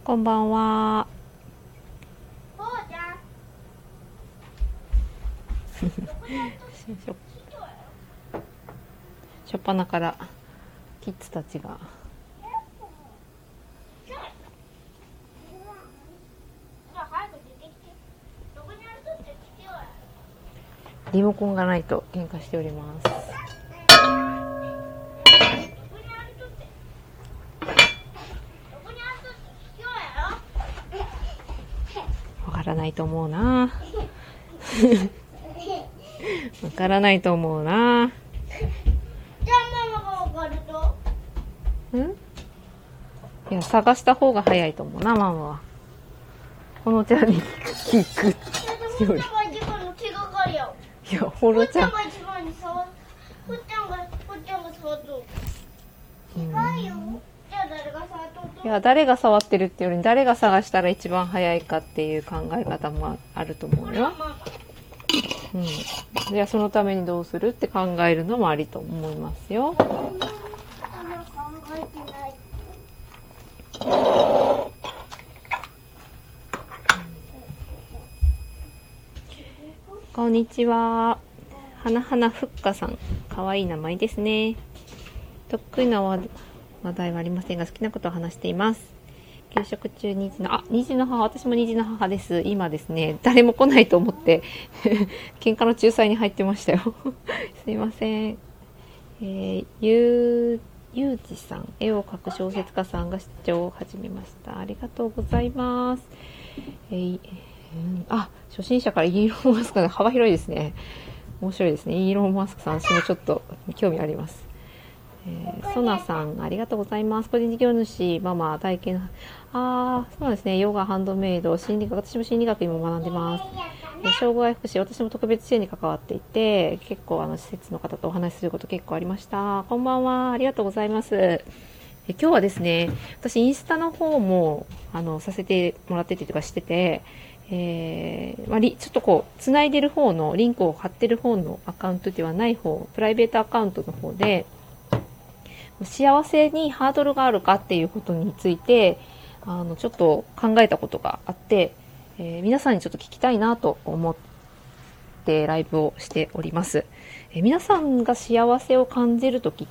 こんばんは。しょっぱなからキッズたちがリモコンがないと喧嘩しております。わからないと思うな。わからないと思うな。 じゃあママがわかると？ いや、探した方が早いと思うな、ママは。このちゃんに聞く。 ほっちゃんが一番の手がかりや。 いや、ほろちゃん。 ほっちゃんが一番に触る。ほっちゃんが触っとる。違うよ。じゃあ誰が触っとると？ いや、誰が触ってるっていうより誰が探したら一番早いかっていう考え方もあると思うよ。じゃあそのためにどうするって考えるのもありと思いますよ。 考えてない。 こんにちは。はなはなふっかさん。かわいい名前ですね。得意な話題はありませんが、好きなことを話しています。給食中2時の母、私も2時の母です。今ですね、誰も来ないと思って、喧嘩の仲裁に入ってましたよ。すいません。ゆうじさん、絵を描く小説家さんが出張を始めました。ありがとうございます。初心者からイーロン・マスクの幅広いですね。面白いですね。イーロン・マスクさん、私もちょっと興味あります。ソナさん、ありがとうございます。個人事業主、ママ、体験、そうなんですね。ヨガ、ハンドメイド、心理学、私も心理学今学んでます。障害福祉、私も特別支援に関わっていて、結構施設の方とお話しすること結構ありました。こんばんは、ありがとうございます。今日はですね、私インスタの方もさせてもらっててとかしてて、ちょっとこう繋いでる方のリンクを貼ってる方のアカウントではない方、プライベートアカウントの方で幸せにハードルがあるかっていうことについてちょっと考えたことがあって、皆さんにちょっと聞きたいなと思ってライブをしております。皆さんが幸せを感じるときって、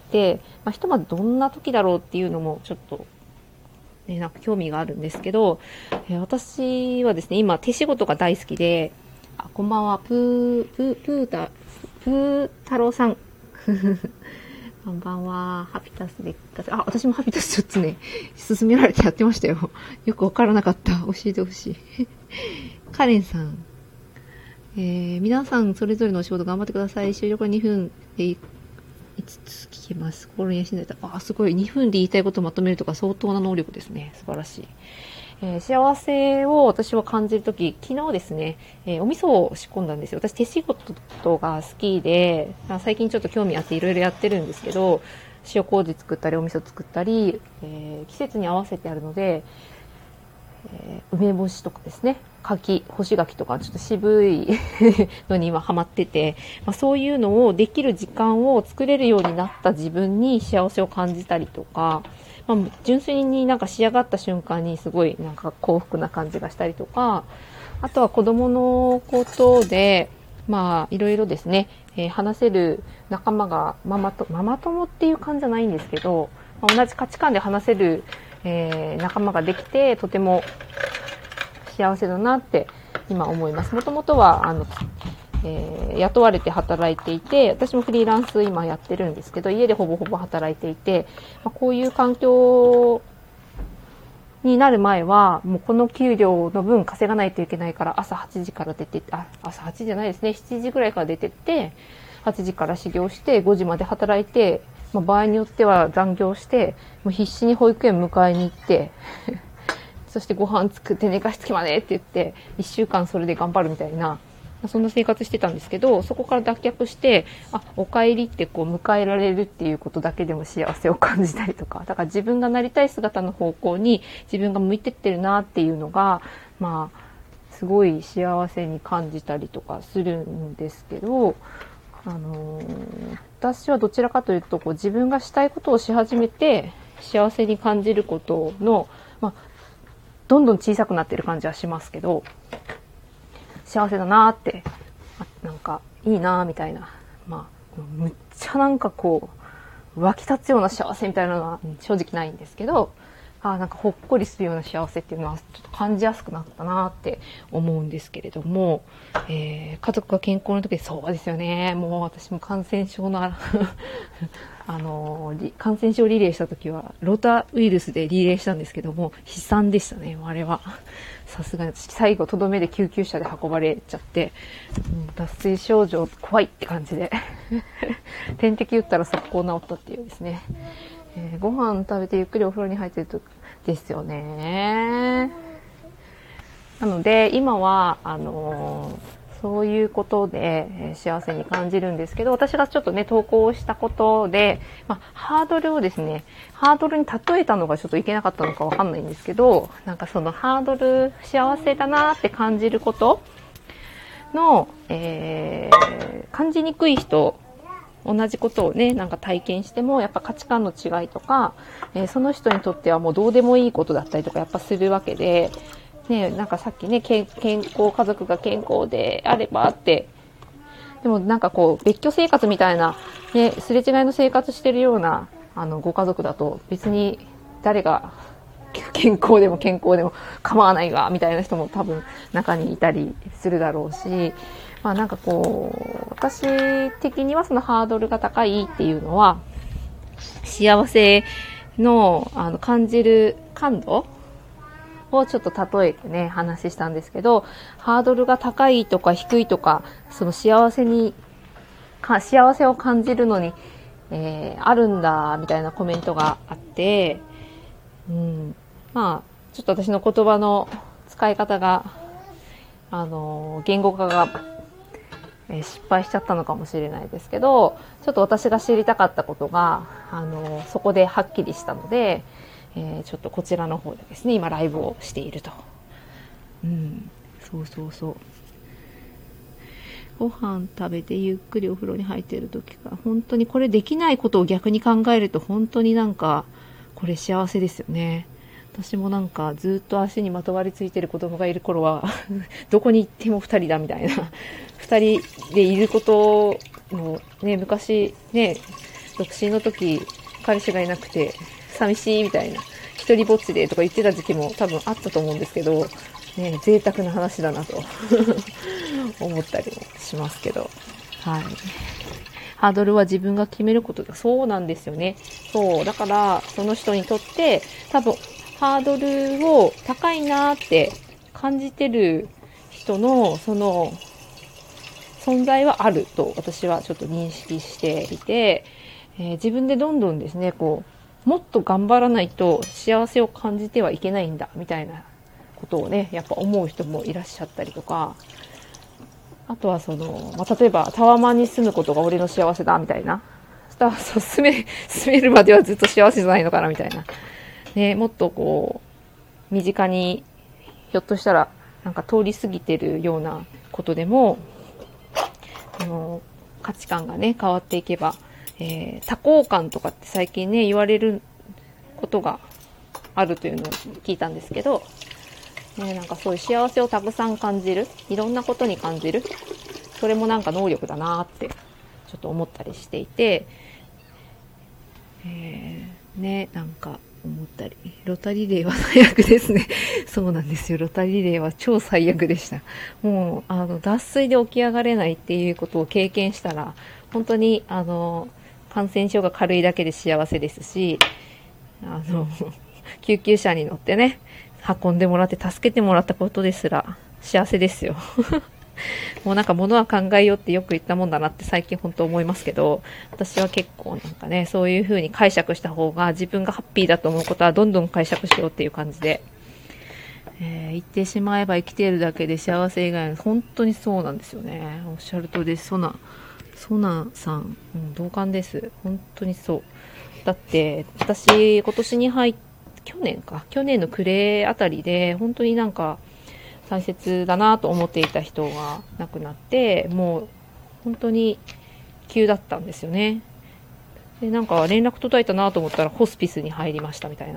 ひとまずどんな時だろうっていうのもちょっと、なんか興味があるんですけど、私はですね、今手仕事が大好きで、こんばんは、プー太郎さん。こんばんは、ハピタスで私もハピタスちょっとね、勧められてやってましたよ。よくわからなかった。教えてほしい。カレンさん。皆さんそれぞれのお仕事頑張ってください。終了から2分で5つ聞けます。心に休んでた。すごい。2分で言いたいことをまとめるとか相当な能力ですね。素晴らしい。幸せを私は感じるとき、昨日ですね、お味噌を仕込んだんですよ。私手仕事が好きで、最近ちょっと興味あっていろいろやってるんですけど、塩麹作ったりお味噌作ったり、季節に合わせてあるので、梅干しとかですね、干し柿とかちょっと渋いのに今ハマってて、そういうのをできる時間を作れるようになった自分に幸せを感じたりとか、純粋になんか仕上がった瞬間にすごいなんか幸福な感じがしたりとか、あとは子供のことで、いろいろですね、話せる仲間がママ友っていう感じじゃないんですけど、同じ価値観で話せる仲間ができてとても幸せだなって今思います。もともとは雇われて働いていて、私もフリーランス今やってるんですけど、家でほぼほぼ働いていて、こういう環境になる前はもうこの給料の分稼がないといけないから朝8時から出て朝8時じゃないですね、7時ぐらいから出てって8時から始業して5時まで働いて、場合によっては残業してもう必死に保育園迎えに行ってそしてご飯作って寝かしつけまでって言って1週間それで頑張るみたいな、そんな生活してたんですけど、そこから脱却してお帰りってこう迎えられるっていうことだけでも幸せを感じたりとか、だから自分がなりたい姿の方向に自分が向いてってるなっていうのがすごい幸せに感じたりとかするんですけど、私はどちらかというと自分がしたいことをし始めて幸せに感じることの、 どんどん小さくなってる感じはしますけど、幸せだなーって、なんかいいなーみたいな、まあむっちゃなんかこう湧き立つような幸せみたいなのは正直ないんですけど、なんかほっこりするような幸せっていうのはちょっと感じやすくなったなって思うんですけれども、家族が健康な時でそうですよね。もう私も感染症の感染症リレーした時はロタウイルスでリレーしたんですけども、悲惨でしたね。あれはさすがに最後とどめで救急車で運ばれちゃって、脱水症状怖いって感じで点滴打ったら速攻治ったっていうですね。ご飯食べてゆっくりお風呂に入ってるとですよね。なので今はそういうことで幸せに感じるんですけど、私がちょっとね投稿したことで、ハードルをですね、ハードルに例えたのがちょっといけなかったのかわかんないんですけど、なんかそのハードル、幸せだなって感じることの、感じにくい人、同じことをね、なんか体験しても、やっぱ価値観の違いとか、その人にとってはもうどうでもいいことだったりとかやっぱするわけで、ね、なんかさっきね、健康、家族が健康であればって、でもなんかこう、別居生活みたいな、ね、すれ違いの生活してるような、ご家族だと、別に誰が健康でも健康でも構わないが、みたいな人も多分中にいたりするだろうし、なんかこう、私的にはそのハードルが高いっていうのは、幸せの、感じる感度をちょっと例えてね、話したんですけど、ハードルが高いとか低いとか、その幸せを感じるのに、あるんだ、みたいなコメントがあって、ちょっと私の言葉の使い方が、言語化が、失敗しちゃったのかもしれないですけど、ちょっと私が知りたかったことが、そこではっきりしたので、ちょっとこちらの方でですね、今ライブをしていると。そう。ご飯食べてゆっくりお風呂に入っている時から、本当にこれできないことを逆に考えると、本当になんか、これ幸せですよね。私もなんかずっと足にまとわりついてる子供がいる頃はどこに行っても二人だみたいな二人でいることもね、昔ね、独身の時彼氏がいなくて寂しいみたいな、一人ぼっちでとか言ってた時期も多分あったと思うんですけど、ね、贅沢な話だなと思ったりもしますけど、はい。ハードルは自分が決めることだ。そうなんですよね。そう。だから、その人にとって、多分、ハードルを高いなーって感じてる人の、その、存在はあると、私はちょっと認識していて、自分でどんどんですね、こう、もっと頑張らないと幸せを感じてはいけないんだ、みたいなことをね、やっぱ思う人もいらっしゃったりとか、あとはその、例えばタワマンに住むことが俺の幸せだみたいな。住めるまではずっと幸せじゃないのかなみたいな。ね、もっとこう、身近に、ひょっとしたら、なんか通り過ぎてるようなことでも、価値観がね、変わっていけば、多幸感とかって最近ね、言われることがあるというのを聞いたんですけど、なんかそういう幸せをたくさん感じる、いろんなことに感じる、それもなんか能力だなってちょっと思ったりしていて、なんか思ったり、ロタリレーは最悪ですね。そうなんですよ。ロタリレーは超最悪でした。もう脱水で起き上がれないっていうことを経験したら、本当に感染症が軽いだけで幸せですし、救急車に乗ってね、運んでもらって助けてもらったことですら幸せですよ。もうなんか物は考えようってよく言ったもんだなって最近本当思いますけど、私は結構なんかね、そういう風に解釈した方が自分がハッピーだと思うことはどんどん解釈しようっていう感じで、言ってしまえば生きているだけで幸せ以外の、本当にそうなんですよね。おっしゃる通りです。ソナさん、同感です。本当にそう。だって私今年に入って去年の暮れあたりで本当になんか大切だなと思っていた人が亡くなって、もう本当に急だったんですよね。で、なんか連絡途絶えたなと思ったらホスピスに入りましたみたいなね、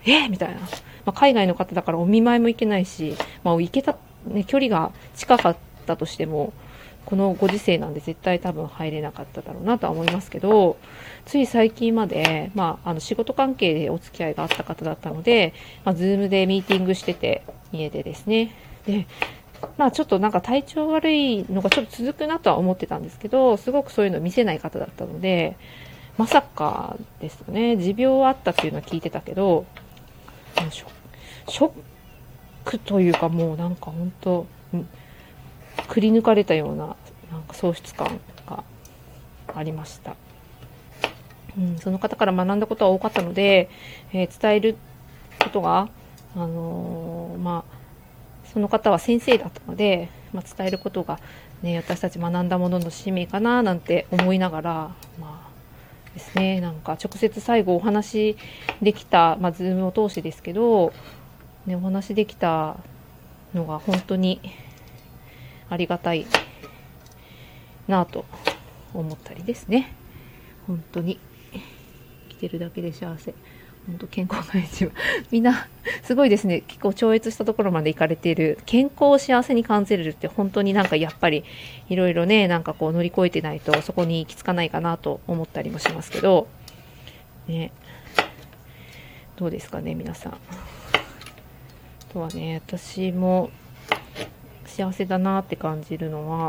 みたいな。まあ、海外の方だからお見舞いも行けないし、まあ、行けた、ね、距離が近かったとしても、このご時世なんで絶対多分入れなかっただろうなとは思いますけど、つい最近まで、まあ、仕事関係でお付き合いがあった方だったので、まあ、ズームでミーティングしてて、家でですね。で、まあちょっとなんか体調悪いのがちょっと続くなとは思ってたんですけど、すごくそういうの見せない方だったので、まさかですよね。持病はあったっていうのは聞いてたけど、ショックというかもうなんか本当、くり抜かれたような、なんか喪失感がありました。その方から学んだことは多かったので、伝えることが、まあ、その方は先生だったので、まあ、伝えることが、ね、私たち学んだものの使命かななんて思いながら、まあですね、なんか直接最後お話できた、まあ、ズームを通してですけど、ね、お話できたのが本当にありがたいなと思ったりですね。本当に生きてるだけで幸せ。本当健康が一番。みんなすごいですね。結構超越したところまで行かれている。健康を幸せに感じれるって本当になんかやっぱりいろいろね、なんかこう乗り越えてないとそこに行き着かないかなと思ったりもしますけど、ね、どうですかね皆さん。あとはね、私も幸せだなって感じるのは、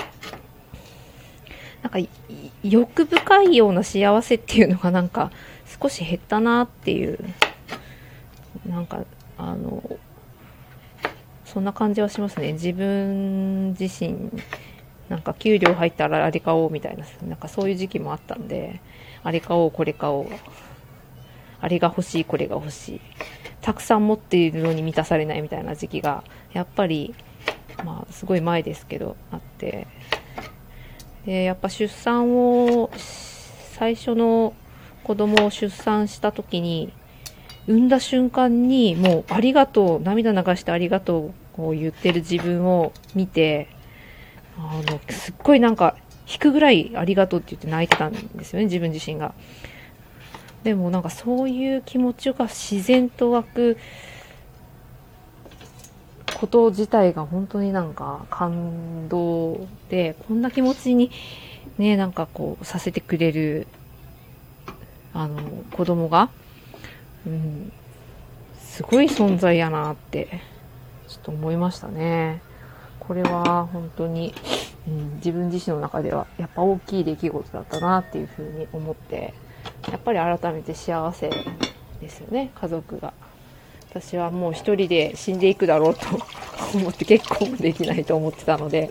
なんか欲深いような幸せっていうのがなんか少し減ったなっていう、なんかそんな感じはしますね。自分自身なんか給料入ったらあれ買おうみたいな、なんかそういう時期もあったんで、あれ買おうこれ買おう、あれが欲しいこれが欲しい、たくさん持っているのに満たされないみたいな時期がやっぱりまあすごい前ですけどあって、でやっぱ出産を最初の子供を出産した時に産んだ瞬間にもうありがとう、涙流してありがとうを言ってる自分を見て、すっごいなんか引くぐらいありがとうって言って泣いてたんですよね、自分自身が。でもなんかそういう気持ちが自然と湧くこと自体が本当になんか感動で、こんな気持ちにね、なんかこうさせてくれる子供が、すごい存在やなってちょっと思いましたね。これは本当に、自分自身の中ではやっぱ大きい出来事だったなっていうふうに思って、やっぱり改めて幸せですよね、家族が。私はもう一人で死んでいくだろうと思って結婚もできないと思ってたので、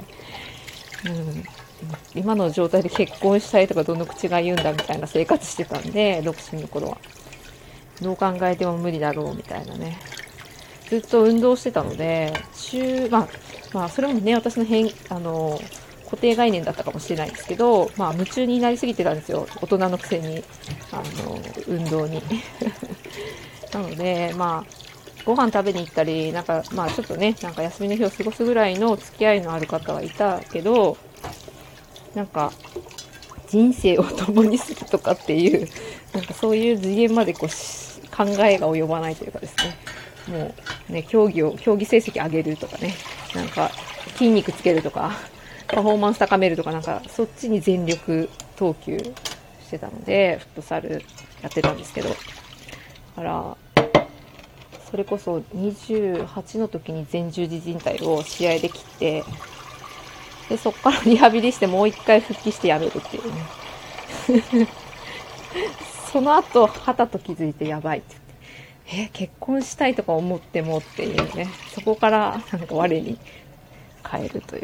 今の状態で結婚したいとかどの口が言うんだみたいな生活してたんで、独身の頃はどう考えても無理だろうみたいなね、ずっと運動してたので、まあそれもね、私の固定概念だったかもしれないですけど、まあ夢中になりすぎてたんですよ、大人のくせに運動になので、まあご飯食べに行ったり、なんかまあちょっとね、なんか休みの日を過ごすぐらいの付き合いのある方はいたけど、なんか人生を共にするとかっていう、なんかそういう次元までこう考えが及ばないというかですね、もうね、競技成績上げるとかね、なんか筋肉つけるとか、パフォーマンス高めるとか、なんかそっちに全力投球してたので、フットサルやってたんですけど、だからそれこそ28の時に前十字靭帯を試合で切って、でそっからリハビリしてもう一回復帰してやめるっていうねその後はたと気づいてやばいって言って、結婚したいとか思ってもっていうね、そこからなんか我に返るという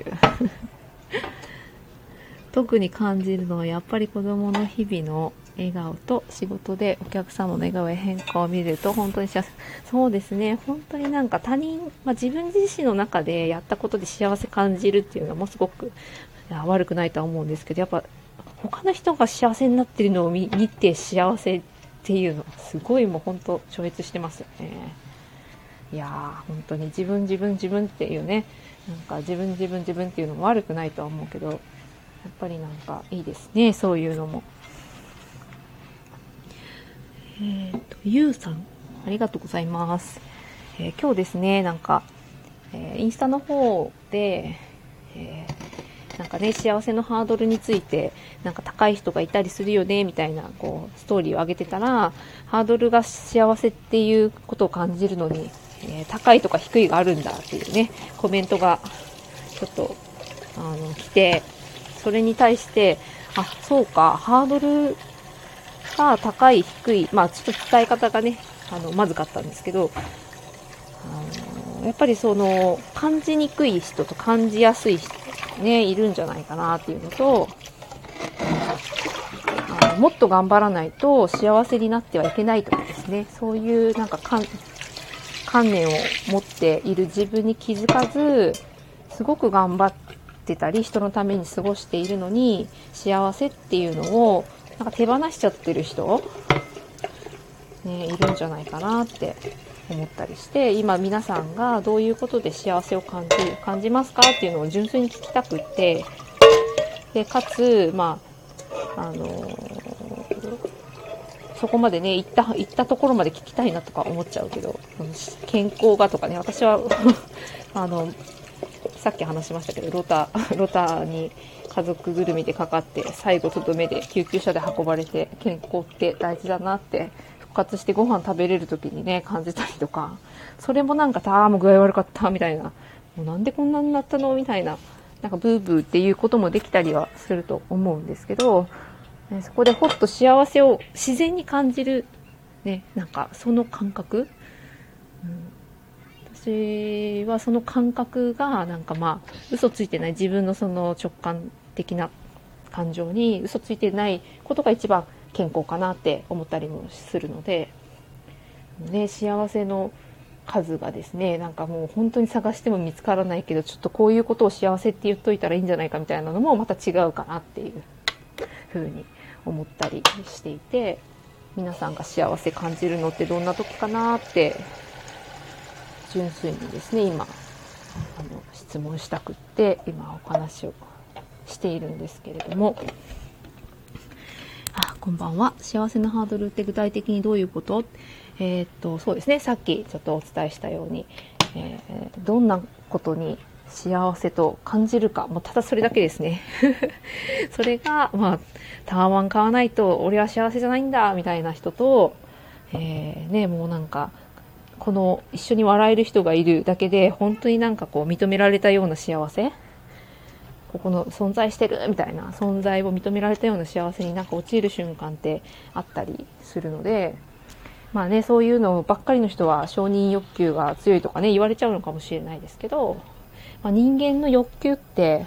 特に感じるのはやっぱり子供の日々の笑顔と仕事でお客様の笑顔へ変化を見ると本当に幸せ。そうですね、本当になんか他人、自分自身の中でやったことで幸せ感じるっていうのもすごく悪くないとは思うんですけど、やっぱ他の人が幸せになってるのを見て幸せっていうのはすごいもう本当超越してますよね。いやー本当に自分っていうね、なんか自分っていうのも悪くないとは思うけど、やっぱりなんかいいですね、そういうのも。ゆうさんありがとうございます。今日ですね、なんか、インスタの方で、なんかね、幸せのハードルについて、なんか高い人がいたりするよね、みたいな、こう、ストーリーを上げてたら、ハードルが幸せっていうことを感じるのに、高いとか低いがあるんだっていうね、コメントが、ちょっと、来て、それに対して、あ、そうか、ハードルが高い、低い、まあちょっと伝え方がね、まずかったんですけど、やっぱりその、感じにくい人と感じやすい人ね、いるんじゃないかなっていうのと、もっと頑張らないと幸せになってはいけないとかですね、そういうなんか観念を持っている自分に気づかず、すごく頑張ってたり、人のために過ごしているのに、幸せっていうのを、なんか手放しちゃってる人、ね、いるんじゃないかなって思ったりして、今皆さんがどういうことで幸せを感じますかっていうのを純粋に聞きたくって、で、かつ、まあ、そこまでね、行ったところまで聞きたいなとか思っちゃうけど、健康がとかね、私はさっき話しましたけど、ロタに家族ぐるみでかかって、最後とどめで救急車で運ばれて、健康って大事だなって、復活してご飯食べれる時にね、感じたりとか、それもなんか、もう具合悪かった、みたいな、もうなんでこんなになったのみたいな、なんかブーブーっていうこともできたりはすると思うんですけど、そこでほっと幸せを自然に感じる、ね、なんかその感覚、私はその感覚がなんかまあ嘘ついてない自分のその直感的な感情に嘘ついてないことが一番健康かなって思ったりもするので、ね、幸せの数がですね、なんかもう本当に探しても見つからないけど、ちょっとこういうことを幸せって言っといたらいいんじゃないかみたいなのもまた違うかなっていうふうに思ったりしていて、皆さんが幸せ感じるのってどんな時かなって純粋にですね、今質問したくって今お話をしているんですけれども、こんばんは。幸せのハードルって具体的にどういうこと？そうですね、さっきちょっとお伝えしたように、どんなことに幸せと感じるか、もうただそれだけですね。それが、まあ、タワマン買わないと俺は幸せじゃないんだみたいな人と、ね、もうなんかこの一緒に笑える人がいるだけで本当になんかこう認められたような幸せ、ここの存在してるみたいな存在を認められたような幸せになんか陥る瞬間ってあったりするので、まあね、そういうのばっかりの人は承認欲求が強いとかね言われちゃうのかもしれないですけど、まあ、人間の欲求って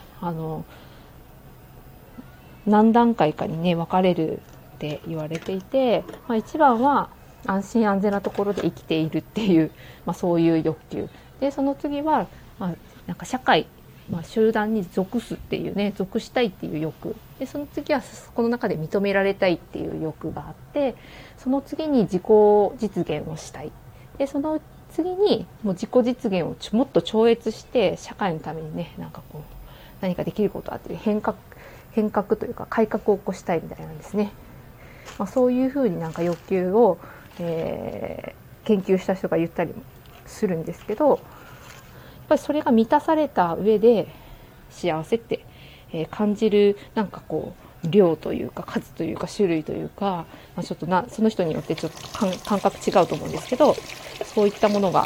何段階かにね分かれるって言われていて、まあ、一番は安心安全なところで生きているっていう、まあ、そういう欲求で、その次は、まあ、なんか社会、まあ、集団に属すっていうね、属したいっていう欲で、その次はそこの中で認められたいっていう欲があって、その次に自己実現をしたい、でその次にもう自己実現をもっと超越して社会のためにね、なんかこう何かできることあって変革というか改革を起こしたいみたいなんですね。まあ、そういうふうになんか欲求を、研究した人が言ったりもするんですけど、やっぱりそれが満たされた上で幸せって、感じるなんかこう量というか数というか種類というか、まあ、ちょっとその人によってちょっと感覚違うと思うんですけど、そういったものが、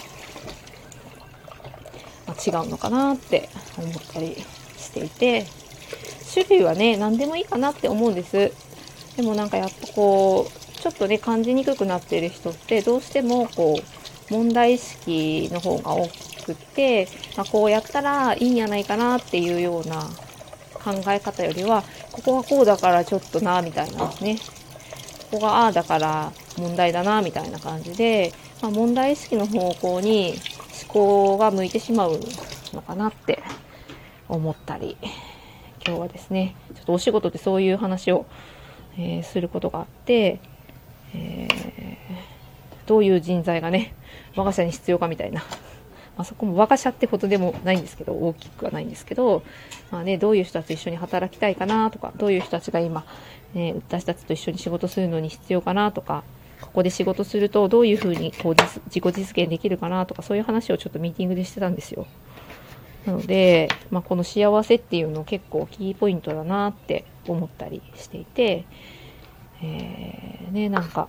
まあ、違うのかなって思ったりしていて、種類はね何でもいいかなって思うんです。でもなんかやっぱこうちょっとね感じにくくなっている人ってどうしてもこう問題意識の方が多くって、まあ、こうやったらいいんじゃないかなっていうような考え方よりは、ここがこうだからちょっとなみたいなですね、ここがああだから問題だなみたいな感じで、まあ、問題意識の方向に思考が向いてしまうのかなって思ったり、今日はですねちょっとお仕事でそういう話を、することがあって、どういう人材がね我が社に必要かみたいな、まあ、そこも我が社ってほどでもないんですけど、大きくはないんですけど、まあね、どういう人たちと一緒に働きたいかなとか、どういう人たちが今、ね、私たちと一緒に仕事するのに必要かなとか、 ここで仕事するとどういうふうにこう自己実現できるかなとか、そういう話をちょっとミーティングでしてたんですよ。なので、この幸せっていうの結構キーポイントだなって思ったりしていて、なんか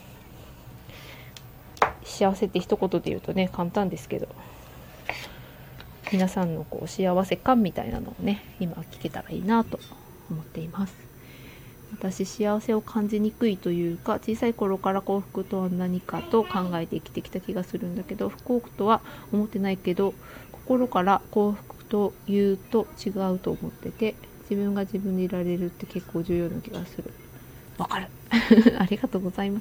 幸せって一言で言うとね簡単ですけど、皆さんのこう幸せ感みたいなのをね今聞けたらいいなと思っています。私幸せを感じにくいというか、小さい頃から幸福とは何かと考えて生きてきた気がするんだけど、不幸とは思ってないけど心から幸福というと違うと思ってて、自分が自分でいられるって結構重要な気がする。わかるありがとうございます。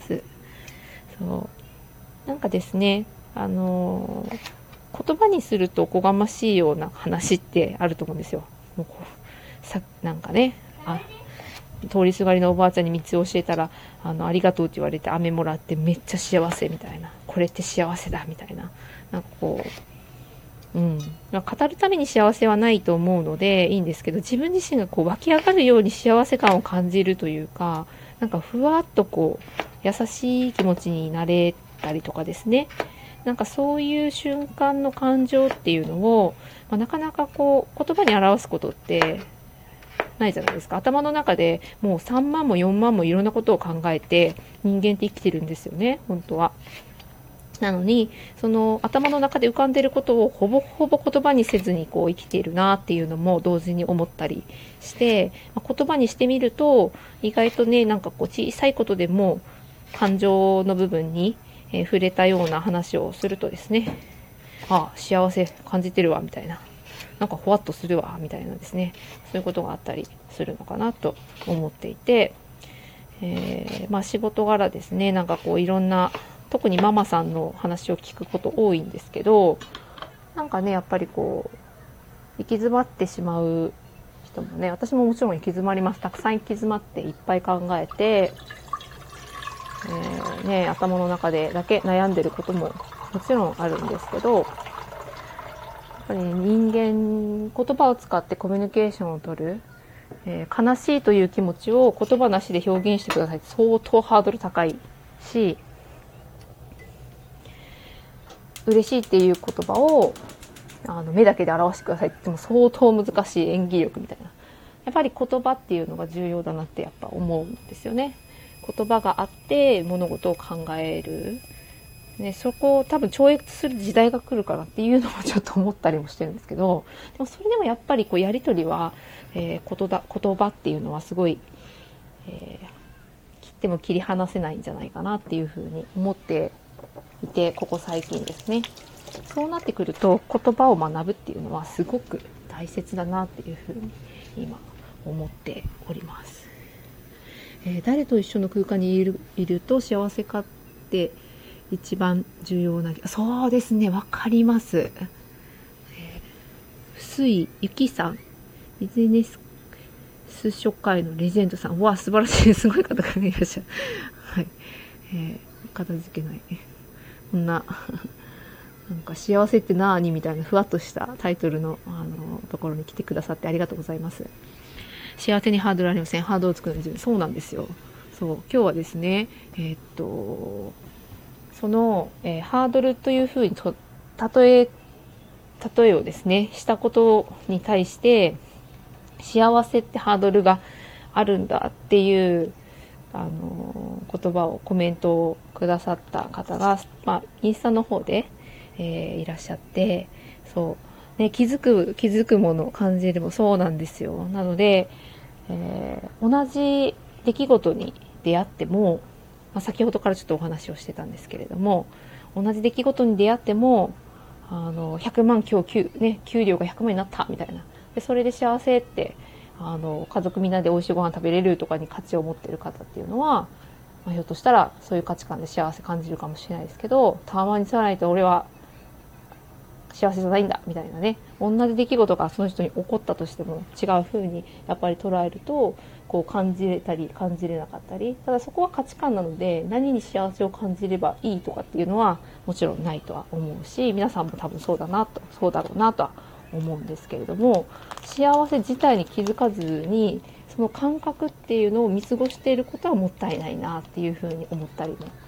そうなんかですね、言葉にするとおこがましいような話ってあると思うんですよ。もうなんかね、通りすがりのおばあちゃんに道を教えたらありがとうって言われて飴もらってめっちゃ幸せみたいな、これって幸せだみたいな、なんかこう語るために幸せはないと思うのでいいんですけど、自分自身がこう湧き上がるように幸せ感を感じるというか、なんかふわっとこう優しい気持ちになれたりとかですね、なんかそういう瞬間の感情っていうのを、なかなかこう言葉に表すことってないじゃないですか。頭の中でもう3万も4万もいろんなことを考えて人間って生きてるんですよね、本当は。なのにその頭の中で浮かんでることをほぼほぼ言葉にせずにこう生きているなっていうのも同時に思ったりして、言葉にしてみると意外とね、なんかこう小さいことでも感情の部分に触れたような話をするとですね、幸せ感じてるわみたいな、なんかほわっとするわみたいなですね、そういうことがあったりするのかなと思っていて、仕事柄ですね、なんかこういろんな、特にママさんの話を聞くこと多いんですけど、なんかねやっぱりこう行き詰まってしまう人もね、私ももちろん行き詰まります。たくさん行き詰まっていっぱい考えて、頭の中でだけ悩んでることももちろんあるんですけど、やっぱり人間言葉を使ってコミュニケーションを取る、悲しいという気持ちを言葉なしで表現してくださいって相当ハードル高いし、嬉しいっていう言葉を目だけで表してくださいって言っても相当難しい演技力みたいな、やっぱり言葉っていうのが重要だなってやっぱ思うんですよね。言葉があって物事を考える、ね、そこを多分超越する時代が来るかなっていうのもちょっと思ったりもしてるんですけど、でもそれでもやっぱりこうやり取りは、言葉っていうのはすごい、切っても切り離せないんじゃないかなっていうふうに思っていて、ここ最近ですね、そうなってくると言葉を学ぶっていうのはすごく大切だなっていうふうに今思っております。誰と一緒の空間にいると幸せかって一番重要な、そうですね、わかります。臼井ゆきさん、ビジネス書界のレジェンドさん、わあ素晴らしい、すごい方がいらっしゃる。はい、片付けない。こんななんか幸せってなーにみたいなふわっとしたタイトルのところに来てくださってありがとうございます。幸せにハードルありません。ハードルを作るんです。そうなんですよ。そう今日はですね、その、ハードルというふうに例えをですねしたことに対して、幸せってハードルがあるんだっていう言葉をコメントをくださった方が、インスタの方で、いらっしゃって、そうね、気づくものを感じるもそうなんですよ。なので、同じ出来事に出会っても、先ほどからちょっとお話をしてたんですけれども、同じ出来事に出会っても100万今日給料が100万になったみたいな、でそれで幸せって家族みんなで美味しいご飯食べれるとかに価値を持っている方っていうのは、ひょっとしたらそういう価値観で幸せ感じるかもしれないですけど、たまにさないと俺は幸せじゃないんだみたいなね、同じ出来事がその人に起こったとしても違う風にやっぱり捉えるとこう感じれたり感じれなかったり、ただそこは価値観なので何に幸せを感じればいいとかっていうのはもちろんないとは思うし、皆さんも多分そうだろうなとは思うんですけれども、幸せ自体に気づかずにその感覚っていうのを見過ごしていることはもったいないなっていう風に思ったりも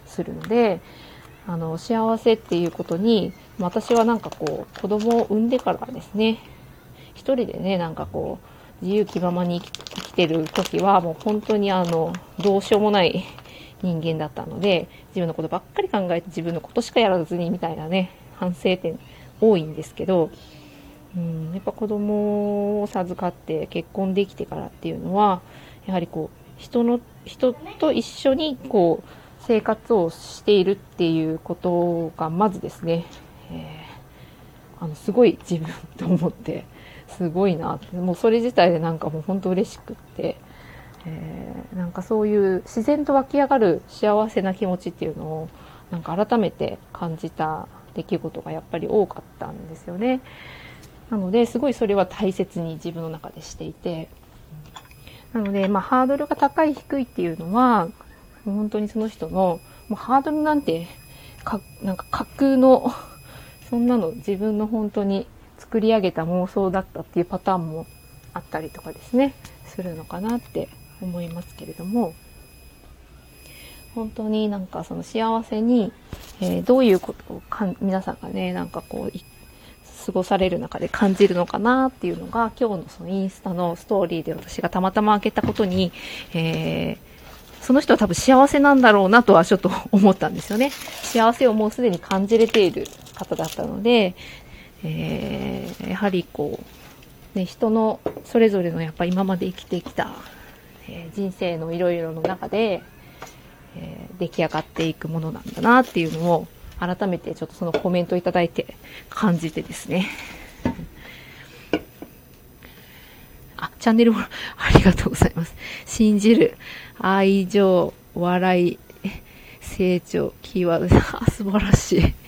するので、幸せっていうことに、私はなんかこう、子供を産んでからですね、一人でね、なんかこう、自由気ままに生きてる時は、もう本当にどうしようもない人間だったので、自分のことばっかり考えて自分のことしかやらずにみたいなね、反省点多いんですけど、やっぱ子供を授かって結婚できてからっていうのは、やはりこう、人と一緒にこう、生活をしているっていうことがまずですね、すごい自分と思って、すごいなって、もうそれ自体でなんかもう本当嬉しくって、なんかそういう自然と湧き上がる幸せな気持ちっていうのをなんか改めて感じた出来事がやっぱり多かったんですよね。なのですごいそれは大切に自分の中でしていて、なのでハードルが高い低いっていうのは本当にその人のもうハードルなんてなんか架空のそんなの自分の本当に作り上げた妄想だったっていうパターンもあったりとかですねするのかなって思いますけれども、本当になんかその幸せに、どういうことを皆さんがねなんかこう過ごされる中で感じるのかなっていうのが今日のそのインスタのストーリーで私がたまたま開けたことに、その人は多分幸せなんだろうなとはちょっと思ったんですよね。幸せをもうすでに感じれている方だったので、やはりこう、ね、人のそれぞれのやっぱり今まで生きてきた、人生のいろいろの中で、出来上がっていくものなんだなっていうのを改めてちょっとそのコメントいただいて感じてですね。チャンネルフォローありがとうございます。信じる、愛情、笑い、成長、キーワード、素晴らしい。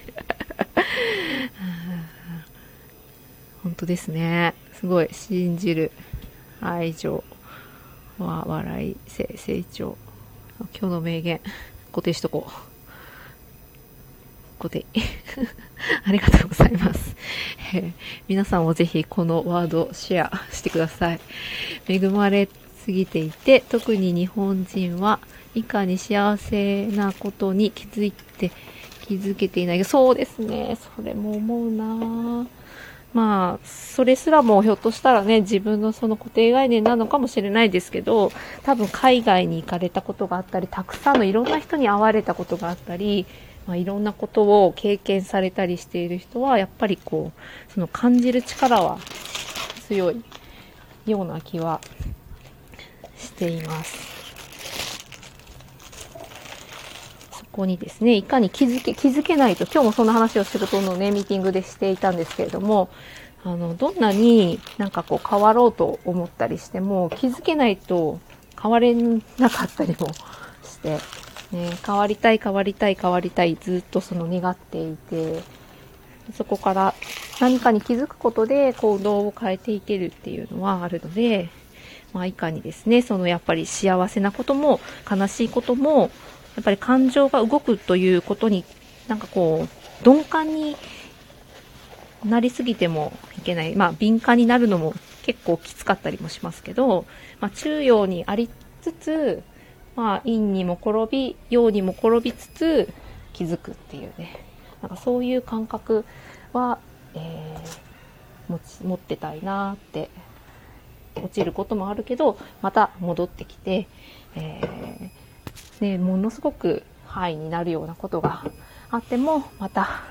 本当ですね。すごい。信じる、愛情、笑い、成長。今日の名言、固定しとこう。固定。ありがとうございます。皆さんもぜひこのワードシェアしてください。恵まれすぎていて、特に日本人はいかに幸せなことに気づけていない。そうですね。それも思うな。それすらもひょっとしたらね、自分のその固定概念なのかもしれないですけど、多分海外に行かれたことがあったり、たくさんのいろんな人に会われたことがあったり、いろんなことを経験されたりしている人は、やっぱりこう、その感じる力は強いような気はしています。そこにですね、いかに気づけないと、今日もそんな話を仕事のね、ミーティングでしていたんですけれども、どんなになんかこう変わろうと思ったりしても、気づけないと変われなかったりもして、ね、変わりたい、ずっとその願っていて、そこから何かに気づくことで行動を変えていけるっていうのはあるので、いかにですね、そのやっぱり幸せなことも悲しいことも、やっぱり感情が動くということに、なんかこう、鈍感になりすぎてもいけない。敏感になるのも結構きつかったりもしますけど、中庸にありつつ、陰にも転び、陽にも転びつつ気づくっていうね。なんかそういう感覚は、持ってたいなって。落ちることもあるけど、また戻ってきて、ものすごくハイになるようなことがあっても、また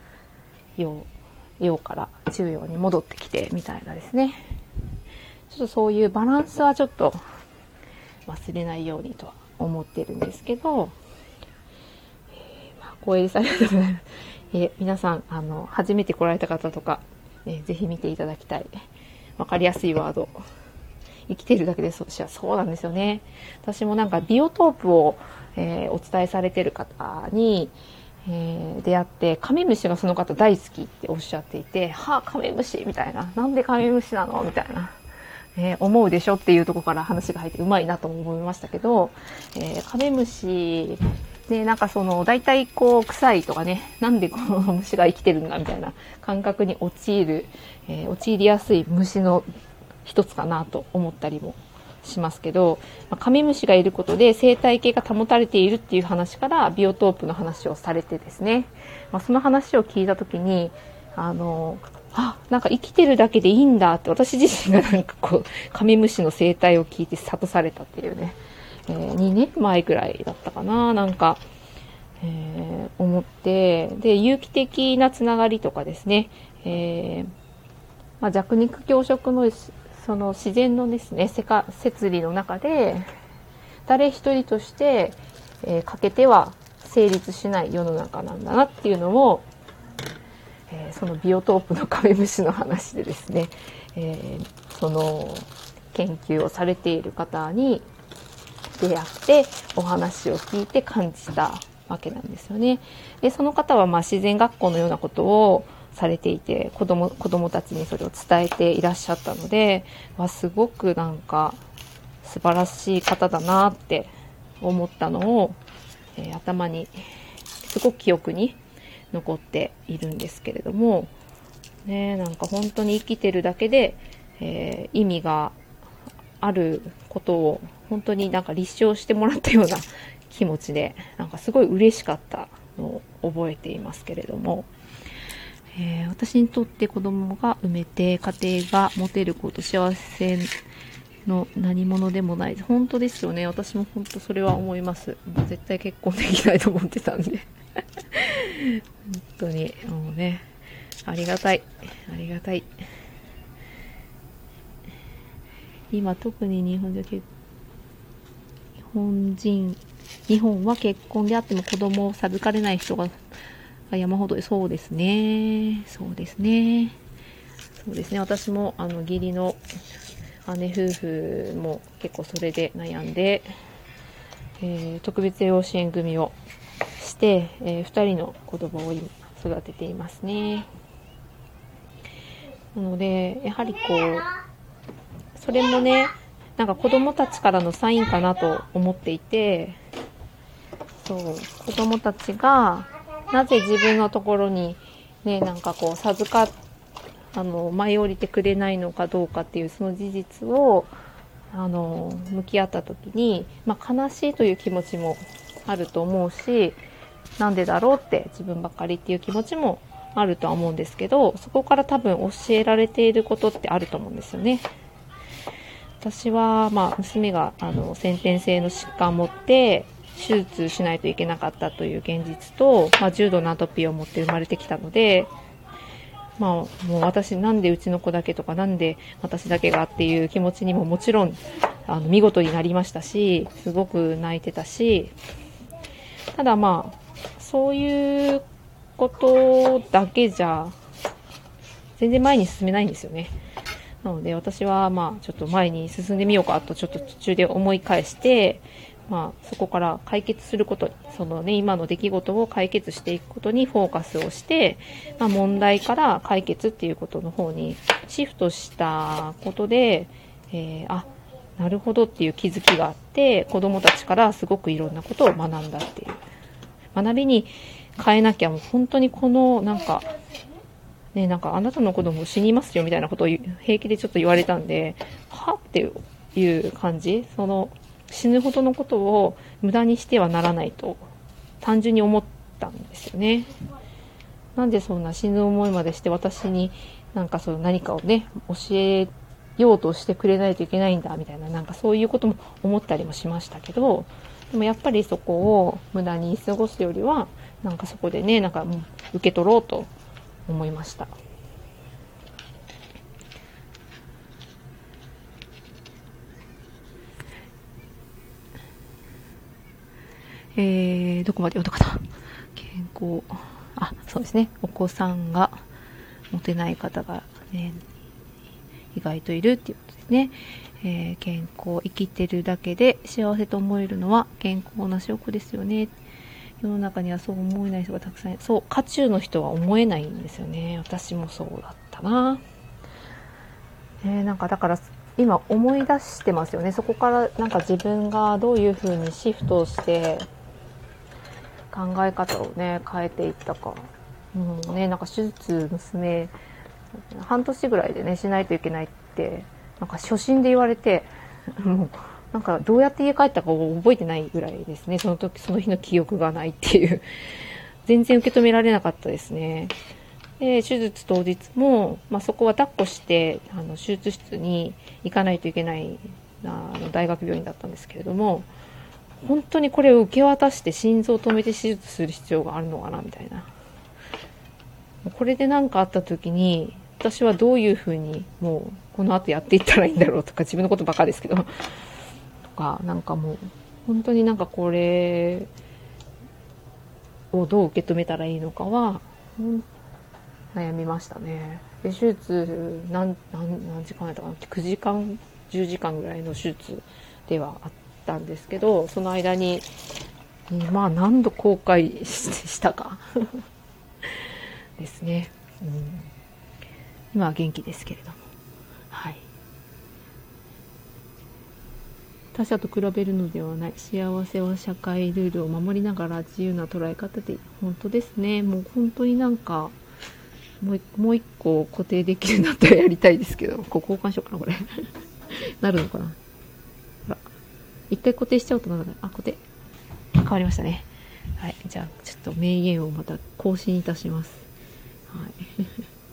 陽から中陽に戻ってきてみたいなですね。ちょっとそういうバランスはちょっと忘れないようにとは思ってるんですけど、光栄です。ありがとうございます。皆さん、初めて来られた方とか、ぜひ見ていただきたい。わかりやすいワード。生きているだけでそうなんですよね。私もなんかビオトープを、お伝えされている方に、出会って、カメムシがその方大好きっておっしゃっていて、カメムシみたいな。なんでカメムシなのみたいな。思うでしょっていうところから話が入ってうまいなと思いましたけど、カメムシでなんかその大体こう臭いとかね、なんでこの虫が生きてるんだみたいな感覚に陥りやすい虫の一つかなと思ったりもしますけど、カメムシがいることで生態系が保たれているっていう話からビオトープの話をされてですね、その話を聞いた時になんか生きてるだけでいいんだって私自身がなんかこうカメムシの生態を聞いて諭されたっていうね、2年前ぐらいだったかな、なんか、思って、で有機的なつながりとかですね、弱肉強食のその自然のですね摂理の中で誰一人として、欠けては成立しない世の中なんだなっていうのを、そのビオトープのカメムシの話でですね、その研究をされている方に出会ってお話を聞いて感じたわけなんですよね。でその方は自然学校のようなことをされていて子供たちにそれを伝えていらっしゃったので、すごくなんか素晴らしい方だなって思ったのを、頭にすごく記憶に残っているんですけれども、なんか本当に生きてるだけで、意味があることを本当になんか立証してもらったような気持ちで、なんかすごい嬉しかったのを覚えていますけれども、私にとって子供が産めて家庭が持てること幸せの何者でもない。本当ですよね。私も本当それは思います。絶対結婚できないと思ってたんで本当にもうね、ありがたい今特に日本は結婚であっても子供を授かれない人が山ほど。そうですね。私も義理の姉夫婦も結構それで悩んで、特別養子縁組をして、2人の子供を今育てていますね。なのでやはりこうそれもね、なんか子供たちからのサインかなと思っていて、子供たちがなぜ自分のところにね、なんかこう舞い降りてくれないのかどうかっていうその事実を向き合った時に、悲しいという気持ちもあると思うし、なんでだろうって自分ばっかりっていう気持ちもあるとは思うんですけど、そこから多分教えられていることってあると思うんですよね。私は娘が先天性の疾患を持って手術しないといけなかったという現実と、重度のアトピーを持って生まれてきたので、もう私なんでうちの子だけとかなんで私だけがっていう気持ちにももちろん見事になりましたし、すごく泣いてたし、ただそういうことだけじゃ全然前に進めないんですよね。なので私はちょっと前に進んでみようかとちょっと途中で思い返して、そこから解決することに、今の出来事を解決していくことにフォーカスをして、問題から解決っていうことの方にシフトしたことで、なるほどっていう気づきがあって、子供たちからすごくいろんなことを学んだっていう。学びに変えなきゃもう本当になんかあなたの子供死にますよみたいなことを平気でちょっと言われたんで、はっていう感じ、死ぬほどのことを無駄にしてはならないと単純に思ったんですよね。なんでそんな死ぬ思いまでして私に何かをね教えようとしてくれないといけないんだみたいな、そういうことも思ったりもしましたけど、でもやっぱりそこを無駄に過ごすよりはそこでね受け取ろうと思いました。どこまで読んだかな。健康、そうですね。お子さんが持てない方が、ね、意外といるっていうことですね。健康、生きてるだけで幸せと思えるのは健康な証拠ですよね。世の中にはそう思えない人がたくさんいる。そう、渦中の人は思えないんですよね。私もそうだったな。だから今思い出してますよね。そこから自分がどういう風にシフトして考え方をね変えていったか。手術半年ぐらいでねしないといけないって初診で言われて、 もうなんかどうやって家帰ったか覚えてないぐらいですね。その日の記憶がないっていう。全然受け止められなかったですね。で、手術当日も、そこは抱っこして、手術室に行かないといけない大学病院だったんですけれども、本当にこれを受け渡して心臓を止めて手術する必要があるのかなみたいな。これで何かあった時に、私はどういうふうにもうこの後やっていったらいいんだろうとか、自分のことばかですけど、とか、なんかもう、本当になんかこれをどう受け止めたらいいのかは、悩みましたね。で、手術何時間やったかな、9時間、10時間ぐらいの手術ではあったんですけど、その間に、何度後悔したかですね。今は元気ですけれども。はい。他者と比べるのではない。幸せは社会ルールを守りながら自由な捉え方で、本当ですね。もう本当になんか、もう一個固定できるんだったらやりたいですけど、交換しようかな、これ。なるのかな。ほら。一回固定しちゃうとなんだ。固定。変わりましたね。はい。じゃあ、ちょっと名言をまた更新いたします。はい。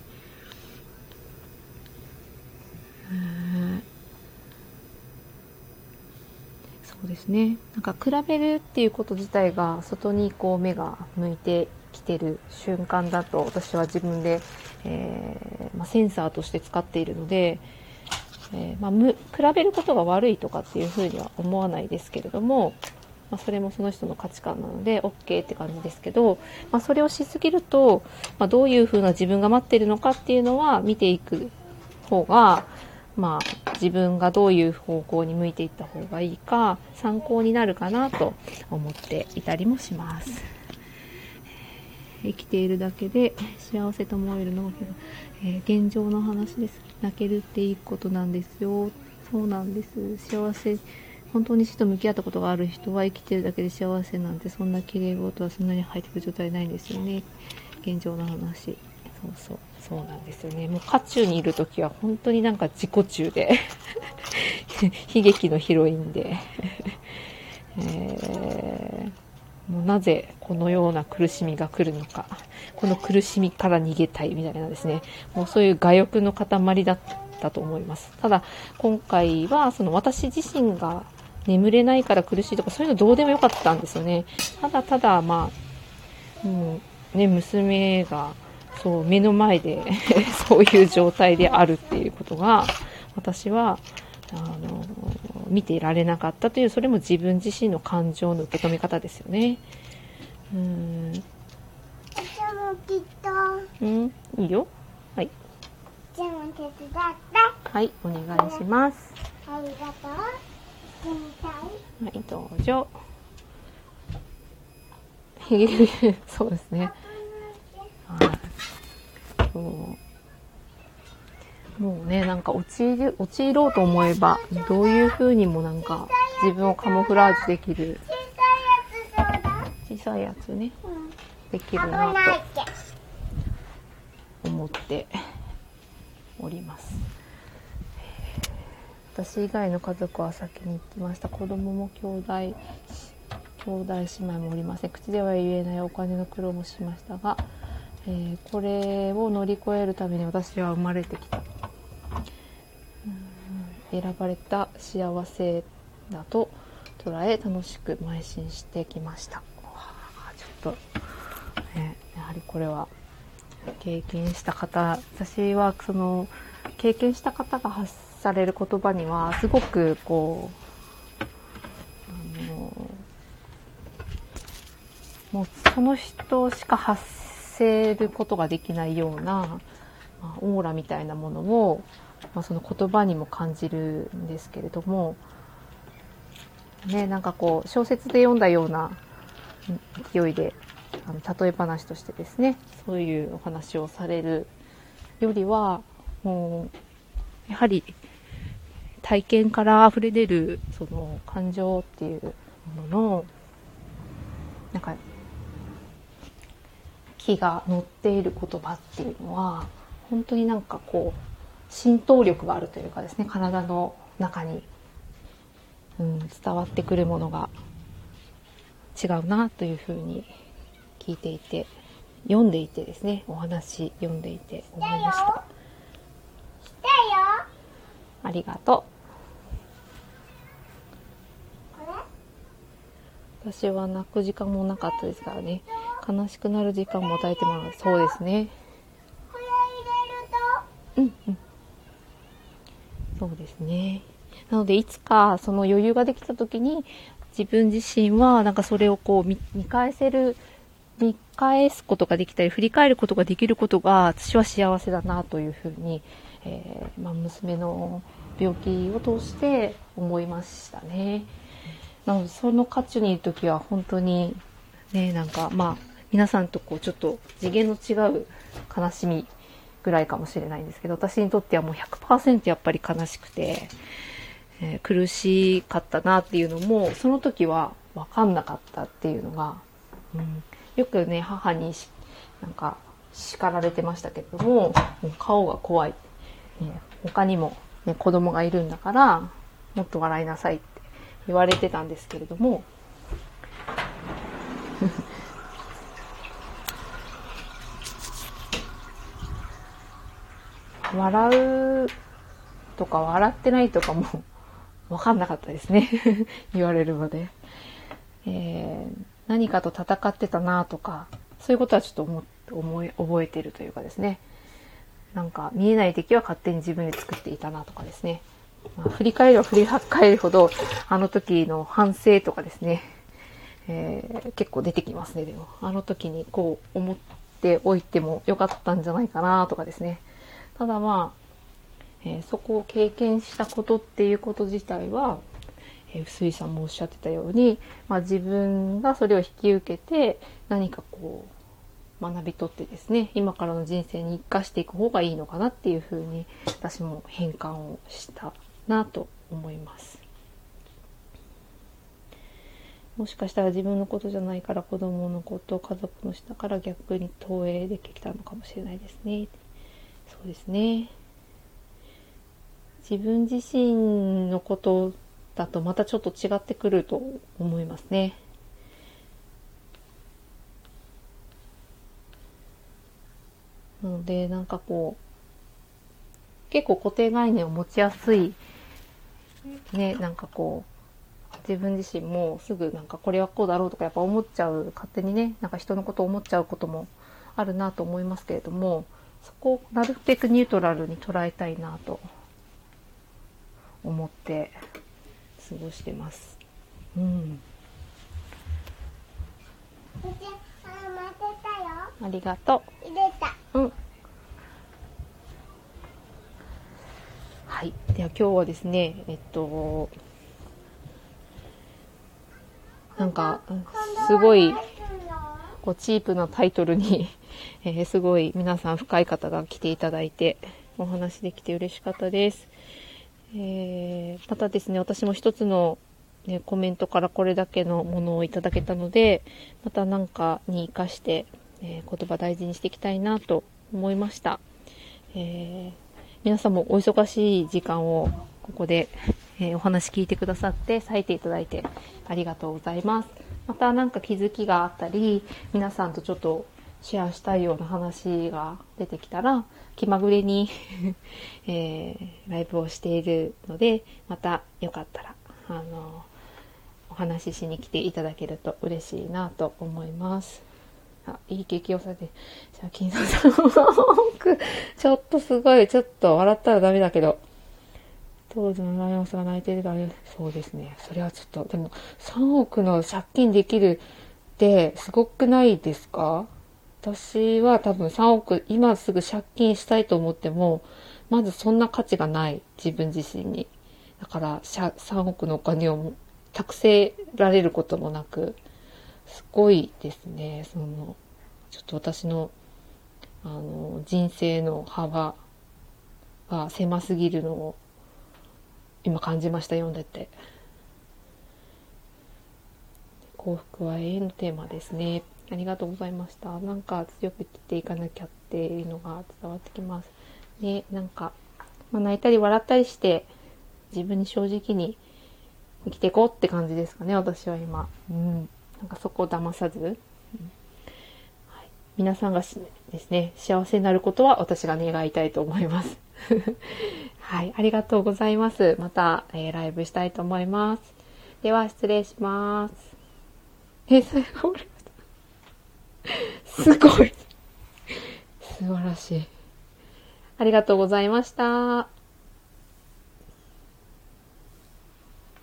そうですね。なんか比べるっていうこと自体が外にこう目が向いてきてる瞬間だと私は自分で、センサーとして使っているので、比べることが悪いとかっていうふうには思わないですけれども、それもその人の価値観なので OK って感じですけど、それをしすぎると、どういうふうな自分が待っているのかっていうのは見ていく方が、自分がどういう方向に向いていった方がいいか参考になるかなと思っていたりもします。生きているだけで幸せと思えるのが、現状の話です。泣けるっていいことなんですよ。そうなんです。幸せ、本当に死と向き合ったことがある人は生きているだけで幸せなんて、そんな綺麗事はそんなに入ってくる状態ないんですよね。現状の話。そうなんですよね。もう渦中にいるときは本当になんか自己中で悲劇のヒロインでもうなぜこのような苦しみが来るのか、この苦しみから逃げたいみたいなですね、もうそういう我欲の塊だったと思います。ただ今回はその私自身が眠れないから苦しいとかそういうのどうでもよかったんですよね。ただ娘がそう目の前でそういう状態であるっていうことが私は見ていられなかったという、それも自分自身の感情の受け止め方ですよね。いいよ。はい。 じゃあ手伝って。 はい、お願いします。 ありがとう。 はい、どうぞ。そうですね。もうね、なんか陥ろうと思えばどういう風にもなんか自分をカモフラージュできる小さいやつね、できるなと思っております。私以外の家族は先に行きました。子供も兄弟姉妹もおりません。口では言えないお金の苦労もしましたが、これを乗り越えるために私は生まれてきた、選ばれた幸せだと捉え楽しく邁進してきました。ちょっと、やはりこれは経験した方、私はその経験した方が発される言葉にはすごくこうもうその人しか発せることができないような、オーラみたいなものを、その言葉にも感じるんですけれども、なんかこう小説で読んだような勢いで例え話としてですね、そういうお話をされるよりは、もうやはり体験から溢れ出るその感情っていうもののなんか気が乗っている言葉っていうのは本当になんかこう浸透力があるというかですね、体の中に伝わってくるものが違うなというふうに聞いていて、読んでいてですね、お話読んでいて思いました。 来たよ。 ありがとこれ？ う。私は泣く時間もなかったですからね。悲しくなる時間も与えてもらう。そうですね。 これ入れると？ そうですね。なのでいつかその余裕ができた時に自分自身はなんかそれをこう見返すことができたり振り返ることができることが私は幸せだなというふうに、娘の病気を通して思いましたね。なのでその渦中にいる時は本当にね、なんか皆さんとこうちょっと次元の違う悲しみぐらいかもしれないんですけど、私にとってはもう 100% やっぱり悲しくて、苦しかったなっていうのもその時は分かんなかったっていうのが、よくね母になんか叱られてましたけれども、もう顔が怖い、他にも、ね、子供がいるんだからもっと笑いなさいって言われてたんですけれども笑うとか笑ってないとかも分かんなかったですね言われるまで、何かと戦ってたなとかそういうことはちょっと覚えてるというかですね、なんか見えない敵は勝手に自分で作っていたなとかですね、振り返れば振り返るほどあの時の反省とかですね、結構出てきますね。でもあの時にこう思っておいてもよかったんじゃないかなとかですね。ただそこを経験したことっていうこと自体は、臼井さんもおっしゃってたように、自分がそれを引き受けて何かこう学び取ってですね、今からの人生に生かしていく方がいいのかなっていうふうに私も変換をしたなと思います。もしかしたら自分のことじゃないから子供のこと、家族の人だから逆に投影できたのかもしれないですね。そうですね。自分自身のことだとまたちょっと違ってくると思いますね。なのでなんかこう結構固定概念を持ちやすいね、なんかこう自分自身もすぐなんかこれはこうだろうとかやっぱ思っちゃう、勝手にねなんか人のことを思っちゃうこともあるなと思いますけれども、そこをなるべくニュートラルに捉えたいなと思って過ごしてます。 待てたよ。 ありがと入れた。 はい。では今日はですね、なんかすごいこうチープなタイトルにすごい皆さん深い方が来ていただいてお話できて嬉しかったです。またですね、私も一つの、コメントからこれだけのものをいただけたので、また何かに生かして、言葉大事にしていきたいなと思いました。皆さんもお忙しい時間をここで、お話聞いてくださって割いていただいてありがとうございます。また何か気づきがあったり、皆さんとちょっとシェアしたいような話が出てきたら気まぐれに、ライブをしているので、またよかったらお話ししに来ていただけると嬉しいなと思います。いいケーキをされて、じゃあ金さんちょっとすごい、ちょっと笑ったらダメだけど、当時のライオンスが泣いてるから、そうですね。それはちょっと、でも3億の借金できるってすごくないですか？私は多分3億、今すぐ借金したいと思っても、まずそんな価値がない、自分自身に。だから3億のお金を託せられることもなく、すごいですね。ちょっと私の、人生の幅が狭すぎるのを今感じました、読んでて。幸福は永遠のテーマですね。ありがとうございました。なんか強く生きていかなきゃっていうのが伝わってきます。ね、なんか、泣いたり笑ったりして自分に正直に生きていこうって感じですかね、私は今。なんかそこを騙さず。はい、皆さんがですね、幸せになることは私が願いたいと思います。はい、ありがとうございます。また、ライブしたいと思います。では、失礼します。最後、すごい。素晴らしい。ありがとうございました。